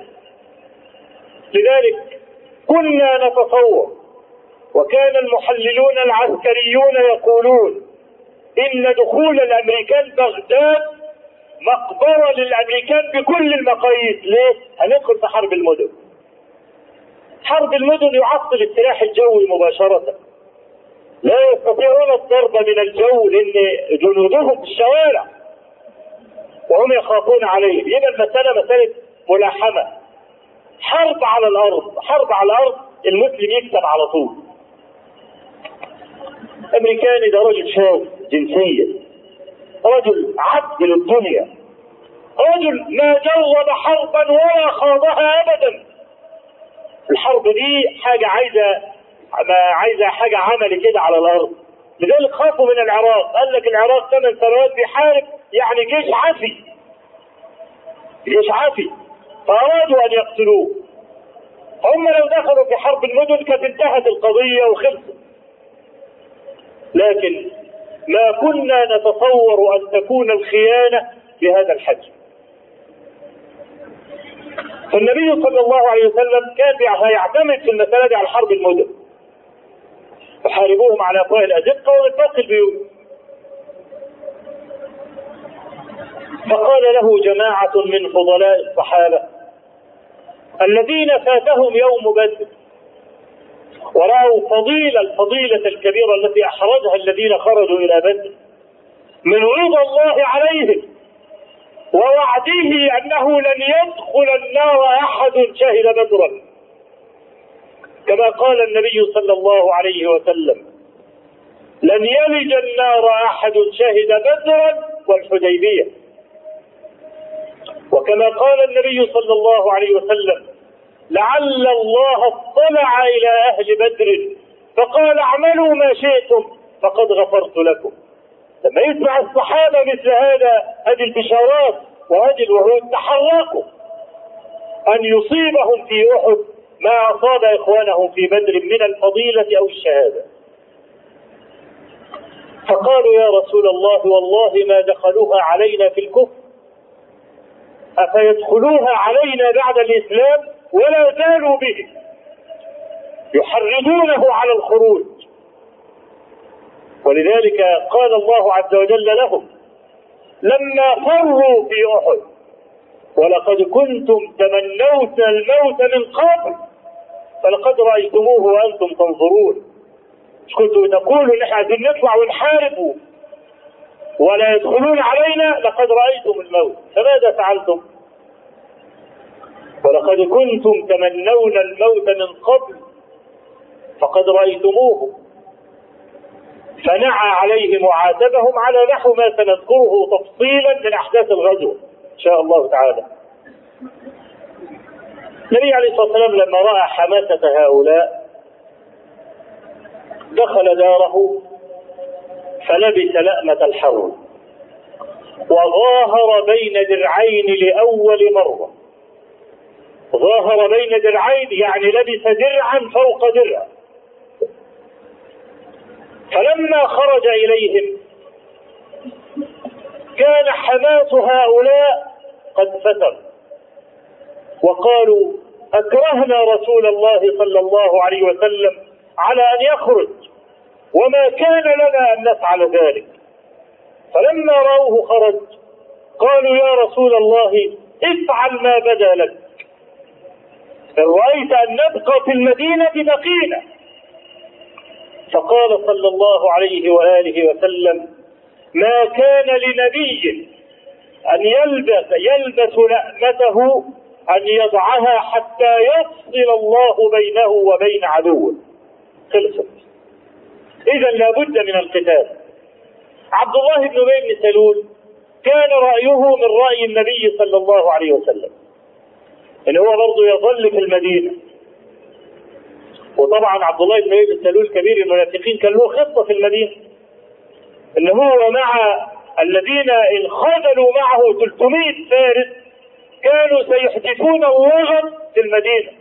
لذلك كنا نتصور، وكان المحللون العسكريون يقولون إن دخول الأمريكان بغداد مقبرة للأمريكان بكل المقاييس. ليه؟ هندخل في حرب المدن. حرب المدن يعطل السلاح الجوي مباشرة، لا يستطيعون الضرب من الجو لأن جنودهم في الشوارع وهم يخافون عليه. يبقى المسألة مسألة ملاحمة. حرب على الأرض، حرب على الأرض المسلم يكسب على طول. أمريكاني ده رجل شاذ جنسيا، رجل عبد للدنيا، رجل ما جرب حربا ولا خاضها أبدا. الحرب دي حاجة عايزة ما عايزة حاجة عملي كده على الأرض. لذلك خافوا من العراق، قال لك العراق ثمان سنوات بيحارب، يعني جيش عافي، جيش عافي، فأرادوا أن يقتلوه. هم لو دخلوا في حرب المدن كانت انتهت القضية وخلصت، لكن ما كنا نتصور أن تكون الخيانة بهذا الحجم. فالنبي صلى الله عليه وسلم كان يعتمد في المسألة دي على حرب المدن، يحاربوهم على أفواه الأزقة ومن فوق البيوت. فقال له جماعة من فضلاء الصحابة الذين فاتهم يوم بدر ورأوا فضيلة الفضيلة الكبيرة التي أحرزها الذين خرجوا إلى بدر من رضا الله عليهم ووعده أنه لن يدخل النار أحد شهد بدرا، كما قال النبي صلى الله عليه وسلم: لن يلج النار أحد شهد بدرا والحديبية. وكما قال النبي صلى الله عليه وسلم: لعل الله اطلع إلى أهل بدر فقال اعملوا ما شئتم فقد غفرت لكم. لما يسمع الصحابة مثل هذا هذه البشارات وهذه الوعود تحركوا أن يصيبهم في أحد ما أصاب إخوانهم في بدر من الفضيلة أو الشهادة. فقالوا: يا رسول الله والله ما دخلوها علينا في الكفر، أفيدخلوها علينا بعد الإسلام؟ ولا زالوا به يحرضونه على الخروج. ولذلك قال الله عز وجل لهم لما فروا في أحد: ولقد كنتم تمنون الموت من قبل فلقد رأيتموه وأنتم تنظرون. مش كنتم تقولوا ان احنا عايزين نطلع ونحارب ولا يدخلون علينا؟ لقد رأيتم الموت فماذا فعلتم؟ ولقد كنتم تمنون الموت من قبل فقد رأيتموه. فنعى عليهم وعاتبهم على نحو ما سنذكره تفصيلا من أحداث الغزو إن شاء الله تعالى. النبي عليه الصلاة والسلام لما رأى حماسة هؤلاء دخل داره فلبس لأمة الحرب وظاهر بين درعين لأول مرة. ظاهر بين درعين يعني لبس درعا فوق درع، فلما خرج إليهم كان حماس هؤلاء قد فتر وقالوا أكرهنا رسول الله صلى الله عليه وسلم على أن يخرج وما كان لنا أن نفعل ذلك. فلما رأوه خرج قالوا يا رسول الله افعل ما بدا لك، إن رأيت أن نبقى في المدينة بقينا. فقال صلى الله عليه وآله وسلم ما كان لنبي أن يلبس يلبس لأمته أن يضعها حتى يفصل الله بينه وبين عدوه. خلصت. إذا لابد من القتال. عبد الله بن أبي بن سلول كان رأيه من رأي النبي صلى الله عليه وسلم إن هو برضه يظل في المدينة. وطبعا عبد الله بن أبي بن سلول كبير المنافقين كان له خطة في المدينة إن هو مع الذين انخذلوا معه ثلاثمائة فارس كانوا سيحدثون الوغد في المدينة.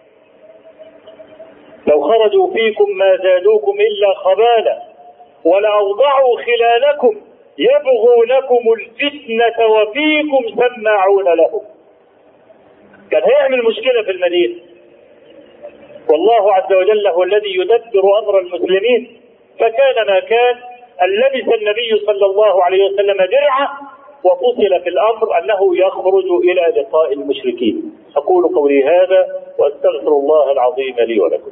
لو خرجوا فيكم ما زادوكم إلا خبالا ولأوضعوا خلالكم يبغونكم الفتنة وفيكم سماعون لهم. كان هيعمل مشكلة في المدينة. والله عز وجل هو الذي يدبر أمر المسلمين. فكان ما كان أن لبس النبي صلى الله عليه وسلم درعه وفصل في الأمر أنه يخرج إلى لقاء المشركين. أقول قولي هذا وأستغفر الله العظيم لي ولكم.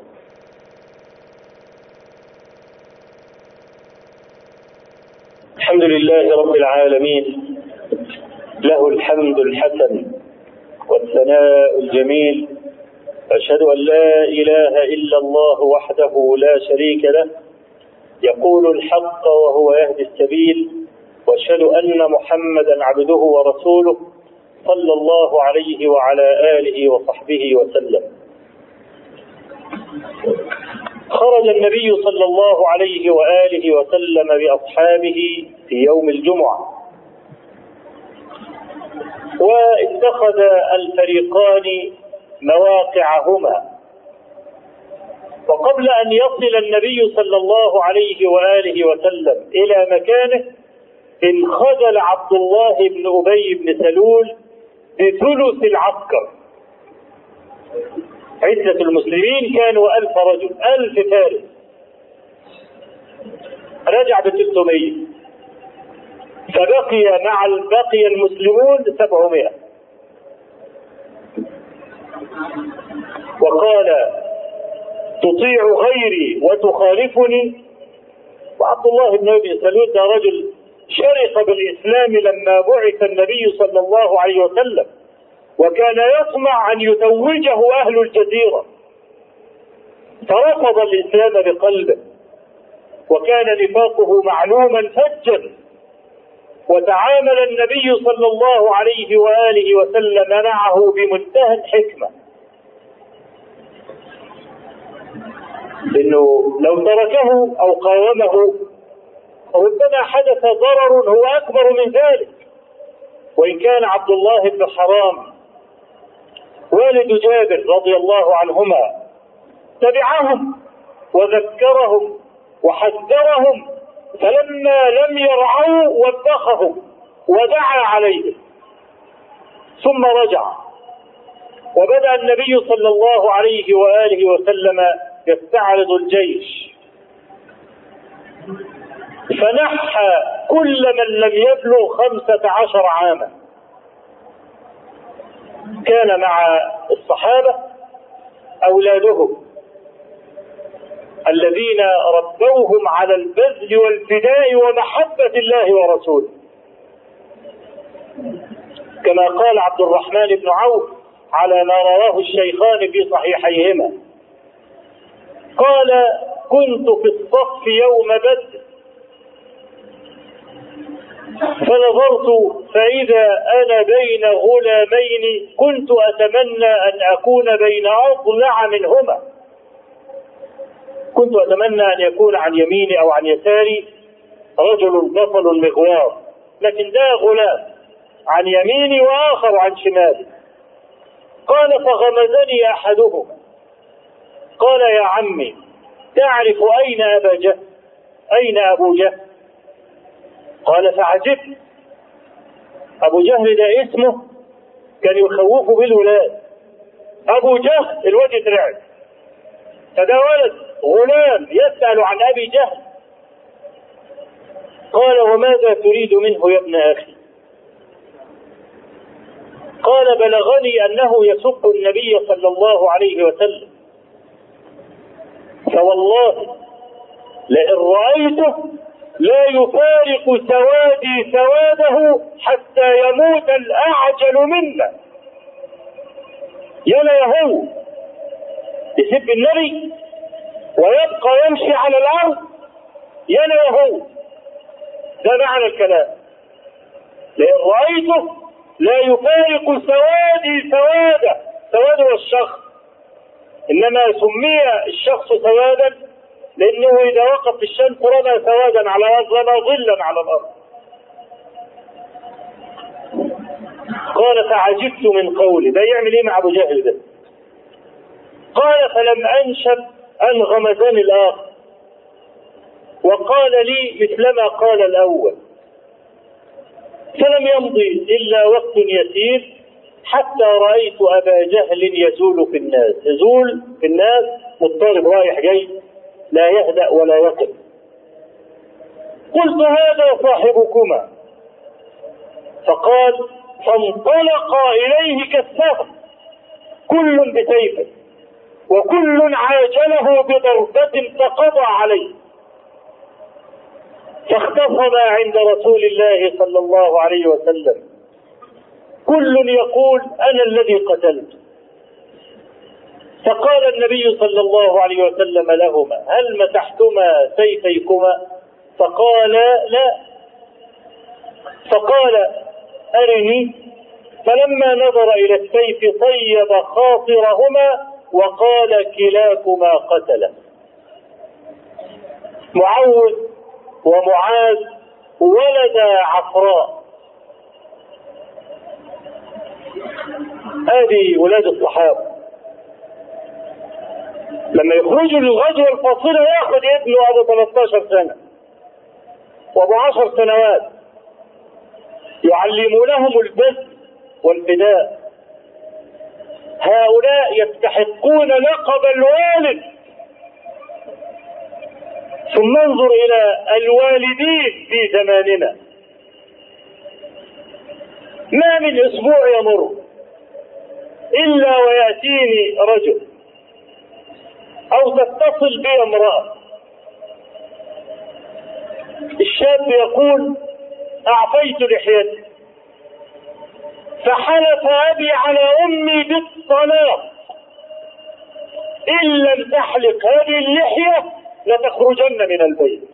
الحمد لله رب العالمين، له الحمد الحسن والثناء الجميل، أشهد أن لا إله إلا الله وحده لا شريك له يقول الحق وهو يهدي السبيل، وأشهد أن محمدا عبده ورسوله صلى الله عليه وعلى آله وصحبه وسلم. خرج النبي صلى الله عليه وآله وسلم بأصحابه في يوم الجمعة، واتخذ الفريقان مواقعهما. وقبل أن يصل النبي صلى الله عليه وآله وسلم إلى مكانه انخذل عبد الله بن أبي بن سلول بثلث العسكر. عدة المسلمين كانوا ألف رجل، ألف فارس، رجع بثلاثمائة، فبقي مع بقي المسلمون سبعمائة. وقال تطيع غيري وتخالفني. وعبد الله بن أبي سلول ده رجل شرق بالإسلام لما بعث النبي صلى الله عليه وسلم، وكان يطمع أن يتوجه أهل الجزيرة، فرفض الإسلام بقلبه، وكان نفاقه معلوما فجا. وتعامل النبي صلى الله عليه وآله وسلم معه بمنتهى الحكمة، إنه لو تركه أو قاومه ربما حدث ضرر هو أكبر من ذلك. وإن كان عبد الله بن حرام والد جابر رضي الله عنهما تبعهم وذكرهم وحذرهم، فلما لم يرعوا وبخهم ودعا عليهم، ثم رجع. وبدأ النبي صلى الله عليه وآله وسلم يستعرض الجيش، فنحى كل من لم يبلغ خمسة عشر عاما. كان مع الصحابة أولادهم الذين ربوهم على البذل والفداء ومحبة الله ورسوله، كما قال عبد الرحمن بن عوف على ما رواه الشيخان في صحيحيهما، قال كنت في الصف يوم بدر فنظرت فإذا أنا بين غلامين كنت أتمنى أن أكون بين أضلع منهما. كنت أتمنى أن يكون عن يميني أو عن يساري رجل بطل مغوار، لكن ده غلام عن يميني وآخر عن شمالي. قال فغمزني أحدهما قال يا عمي تعرف أين أبا جهل؟ أين أبو جهل؟ قال فعجبت. أبو جهل ده اسمه كان يخوفه بالولاد، أبو جهل الواد يترعب، فده ولد غلام يسأل عن أبي جهل. قال وماذا تريد منه يا ابن أخي؟ قال بلغني أنه يسب النبي صلى الله عليه وسلم، فوالله لئن رأيته لا يفارق سوادي سواده حتى يموت الأعجل منا. يلا يهو يسب النبي ويبقى يمشي على الأرض، يلا يهو. ده معنى الكلام، لئن رأيته لا يفارق سوادي سواده. سواد هو الشخص، إنما سمي الشخص سوادا لأنه إذا وقف في الشمس رمى سوادا على الأرض، رمى ظلا على الأرض. قال فعجبت من قولي، ده يعمل إيه مع أبو جهل ده؟ قال فلم أنشب أن غمزني الآخر وقال لي مثلما قال الأول، فلم يمضي إلا وقت يسير حتى رأيت أبا جهل يزول في الناس، يزول في الناس مضطرب رايح جاي لا يهدأ ولا يقف. قلت هذا صاحبكما، فقال فانطلق إليه كالسهم كل بسيفه وكل عاجله بضربة فقضى عليه، فاختصما عند رسول الله صلى الله عليه وسلم، كل يقول أنا الذي قتلت. فقال النبي صلى الله عليه وسلم لهما هل مسحتما سيفيكما؟ فقال لا. فقال أرني، فلما نظر إلى السيف طيب خاطرهما وقال كلاكما قتله. معوذ ومعاذ ولد عفراء، هذه ولاد الصحابة لما يخرجوا للغزوة الفاصلة ياخذ ابنه أبو ثلاثة عشر سنة وأبو عشر سنوات يعلمونهم البذل والفداء. هؤلاء يستحقون لقب الوالد. ثم انظر إلى الوالدين في زماننا، ما من أسبوع يمر إلا ويأتيني رجل أو تتصل بي امرأة، الشاب يقول أعفيت لحيتي فحلف أبي على أمي بالطلاق، إن لم تحلق هذه اللحية لتخرجن من البيت.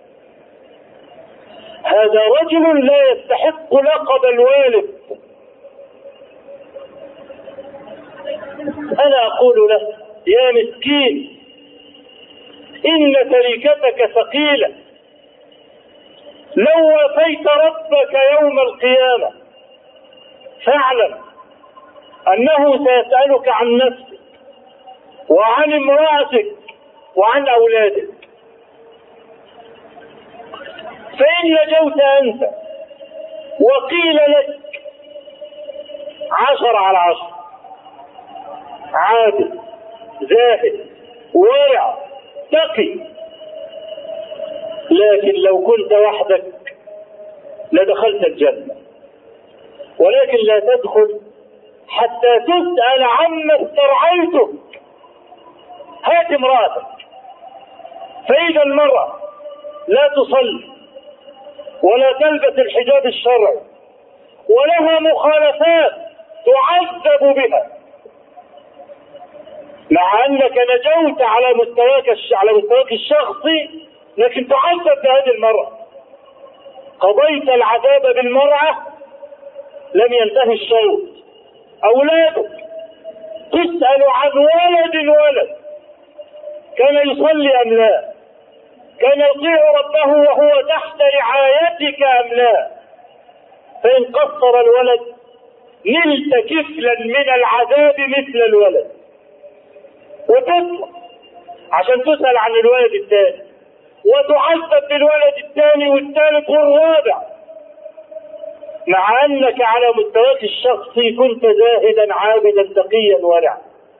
هذا رجل لا يستحق لقب الوالد. أنا أقول له يا مسكين إن تركتك ثقيلة، لو وفيت ربك يوم القيامة فاعلم أنه سيسألك عن نفسك وعن امرأتك وعن أولادك، فإن نجوت أنت وقيل لك عشر على عشر عادل زاهد ورع تقي، لكن لو كنت وحدك لدخلت الجنة، ولكن لا تدخل حتى تسأل عما استرعيته. هات امرأتك، فإذا المرأة لا تصلي ولا تلبس الحجاب الشرعي ولها مخالفات تعذب بها، مع أنك نجوت على مستواك على مستواك الشخصي، لكن تعذب بهذه المرأة. قضيت العذاب بالمرأة لم ينتهي الشوط. أولادك تسأل عن ولد ولد كان يصلي أم لا، كان يطيع ربه وهو تحت رعايتك أم لا، فإن قصر الولد نلت كفلا من العذاب مثل الولد، وتطلع عشان تسأل عن الولد الثاني وتعذب بالولد الثاني والثالث والرابع، مع أنك على مستواك الشخصي كنت زاهدا عابدا تقيا ورعا.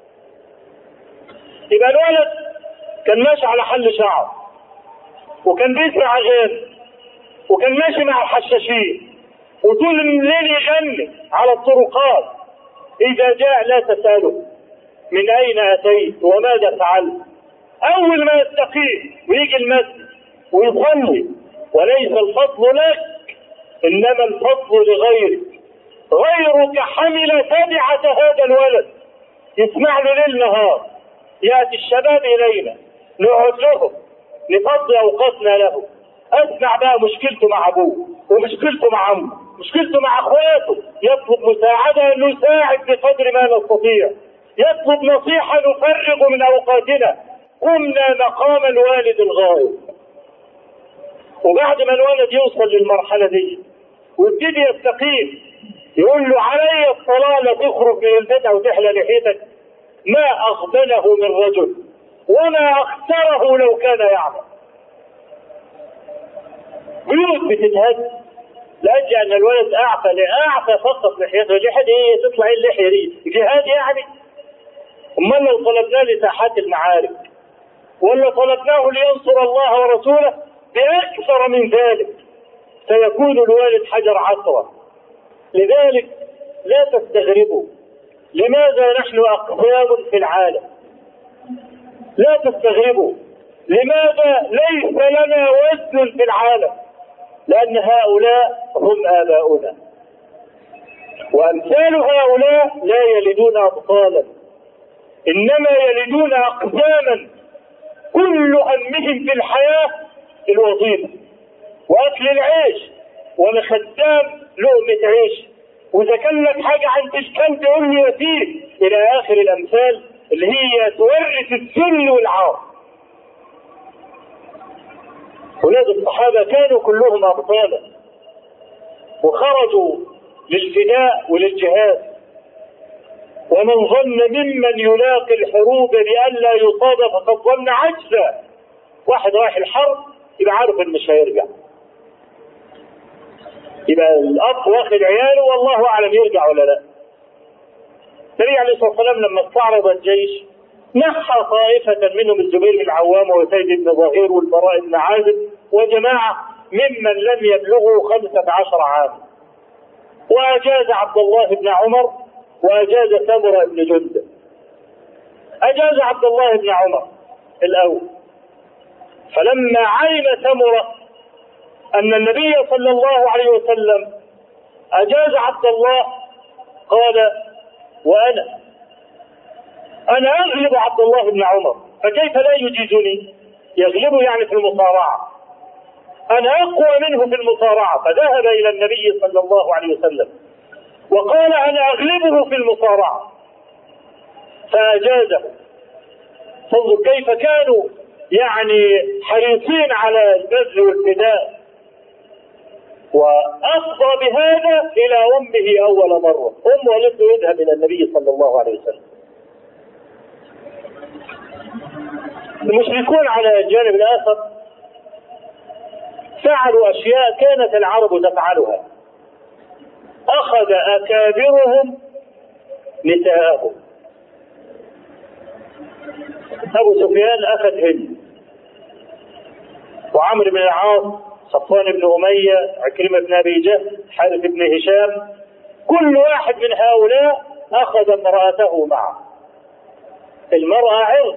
يبقى الولد كان ماشي على حل شعر، وكان بيسمع أغاني، وكان ماشي مع الحشاشين، وطول الليل يغني على الطرقات. إذا جاء لا تسأله من أين أتيت وماذا فعلت، أول ما يستقيم ويجي المسجد ويصلي. وليس الفضل لك، إنما الفضل لغيرك. غيرك حمل تبعة هذا الولد، يسمع له ليل نهار. يأتي الشباب إلينا نقعد لهم نفضي أوقاتنا له. أسمع بقى مشكلته مع أبوه، ومشكلته مع عمه، مشكلته مع أخواته. يطلب مساعدة نساعد بقدر ما نستطيع، يطلب نصيحة نفرغ من أوقاتنا. قمنا مقام الوالد الغائب. وبعد ما الولد يوصل للمرحلة دي ويبتدي يستقيم، يقول له علي الصلاة لا تخرج من البيت أو تحلى لحيتك، ما أغبنه من رجل وما أخسره لو كان يعمل. بيوت بتتهد لأجل أن الولد أعفى لأعفى فقط لحيته. لحد إيه تطلع إيه اللحية دي؟ جهاد يعني؟ أمال لو طلبناه لساحات المعارك، ولا طلبناه لينصر الله ورسوله بأكثر من ذلك، سيكون الوالد حجر عثرة. لذلك لا تستغربوا لماذا نحن أقوام في العالم. لا تستغربوا لماذا ليس لنا وزن في العالم، لأن هؤلاء هم آباؤنا، وأمثال هؤلاء لا يلدون أبطالا، إنما يلدون أقداما كل همهم في الحياة الوظيفة وأكل العيش، ومخدام لقمة عيش، وإذا كان لك حاجة عن تشكال تقول لي يتيم، إلى آخر الأمثال اللي هي تورث الذل والعار. ولاد الصحابة كانوا كلهم أبطالا، وخرجوا للفداء وللجهاد. ومن ظن ممن يلاقي الحروب بأن لا يصاب فقد ظن عجزا. واحد رايح الحرب يبقى عارف ان مش هيرجع، يبقى الأب واخد عياله والله أعلم يرجع ولا لا. النبي عليه الصلاة والسلام لما استعرض الجيش نحى طائفة منهم الزبير بن العوام وسيد بن ظهير والبراء بن عازب وجماعة ممن لم يبلغوا خمسة عشر عاما، وأجاز عبد الله بن عمر وأجاز سمرة بن جندب. أجاز عبد الله بن عمر الأول، فلما علم سمرة أن النبي صلى الله عليه وسلم أجاز عبد الله قال وأنا أنا أغلب عبد الله بن عمر، فكيف لا يجيزني؟ يغلب يعني في المصارعة، أنا أقوى منه في المصارعة. فذهب إلى النبي صلى الله عليه وسلم وقال أنا أغلبه في المصارعة فأجازه. فانظر كيف كانوا يعني حريصين على البذل والفداء. وأفضى بهذا إلى أمه أول مرة، أمه قالت له يذهب إلى النبي صلى الله عليه وسلم. المشركون على الجانب الآخر فعلوا أشياء كانت العرب تفعلها. أخذ أكابرهم نساءهم. أبو سفيان أخذ هند، وعمرو بن العاص، صفوان بن أمية، عكرمة بن أبي جهل، حارث بن هشام، كل واحد من هؤلاء أخذ امرأته معه. المرأة عرض،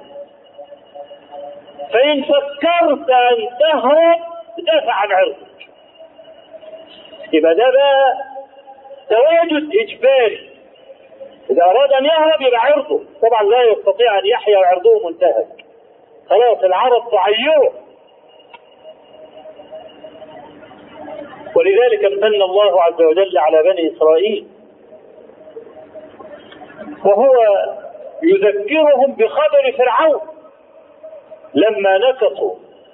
فإن فكرت أن تهرب دافع عن عرضك. يبقى ده بقى تواجد إجباري. إذا أراد أن يهرب يبقى عرضه، طبعا لا يستطيع أن يحيا وعرضه منتهك، خلاص العرب تعيره. ولذلك امتن الله عز وجل على بني إسرائيل وهو يذكرهم بخبر فرعون لما نكصوا: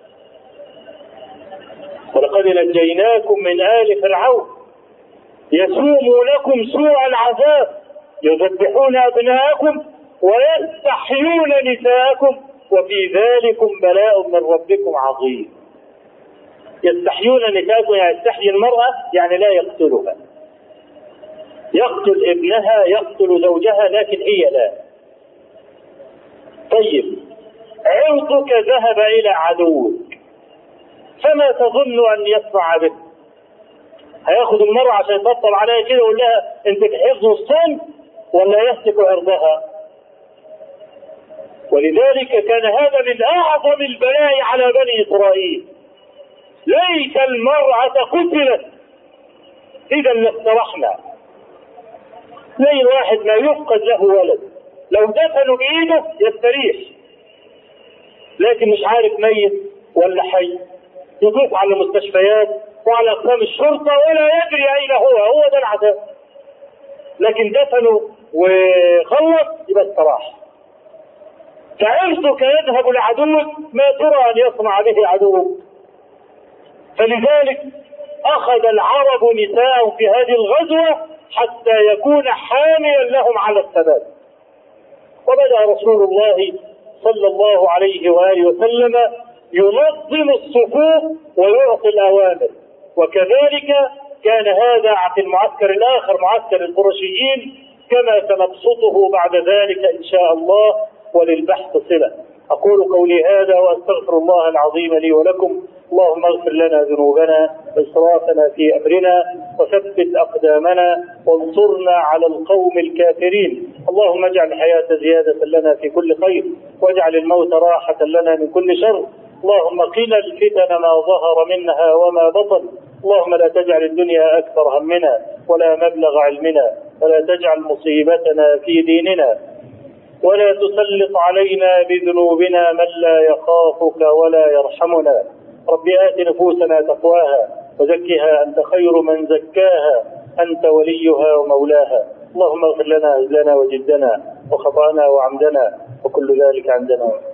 ولقد نجيناكم من آل فرعون يسومونكم سوء العذاب يذبحون أبناءكم ويستحيون نساءكم وفي ذلكم بلاء من ربكم عظيم. يستحيون نساءكم، يعني يستحيي المرأة يعني لا يقتلها، يقتل ابنها يقتل زوجها لكن هي لا. طيب عرضك ذهب إلى عدوك، فما تظن أن يصنع به؟ هياخد المرأة عشان يطبطب عليها كده ويقول لها انت في حفظ الصن، ولا يهتك عرضها؟ ولذلك كان هذا من أعظم البلاء على بني إسرائيل. ليس المرأة قتلت إذا لاسترحنا. زي الواحد ما يفقد له ولد، لو دفنوا بإيده يستريح، لكن مش عارف ميت ولا حي، يطوف على المستشفيات وعلى أقسام الشرطة ولا يدري أين هو، هو ده العذاب. لكن دفنوا وخلص يبقى استراح. فعرضك يذهب لعدوك، ما ترى أن يصنع به عدوك. فلذلك أخذ العرب نساء في هذه الغزوة حتى يكون حاميا لهم على الثبات. وبدأ رسول الله صلى الله عليه وآله وسلم ينظم الصفوف ويعطي الأوامر، وكذلك كان هذا في المعسكر الآخر معسكر القرشيين، كما سنبسطه بعد ذلك إن شاء الله، وللبحث صلة. أقول قولي هذا وأستغفر الله العظيم لي ولكم. اللهم اغفر لنا ذنوبنا وإسرافنا في أمرنا وثبت أقدامنا وانصرنا على القوم الكافرين. اللهم اجعل الحياة زيادة لنا في كل خير، واجعل الموت راحة لنا من كل شر. اللهم قنا الفتن ما ظهر منها وما بطن. اللهم لا تجعل الدنيا أكثر همنا ولا مبلغ علمنا، ولا تجعل مصيبتنا في ديننا، ولا تسلط علينا بذنوبنا من لا يخافك ولا يرحمنا. رب آت نفوسنا تقواها وزكها أنت خير من زكاها، أنت وليها ومولاها. اللهم اغفر لنا هزلنا وجدنا وخطأنا وعمدنا وكل ذلك عندنا.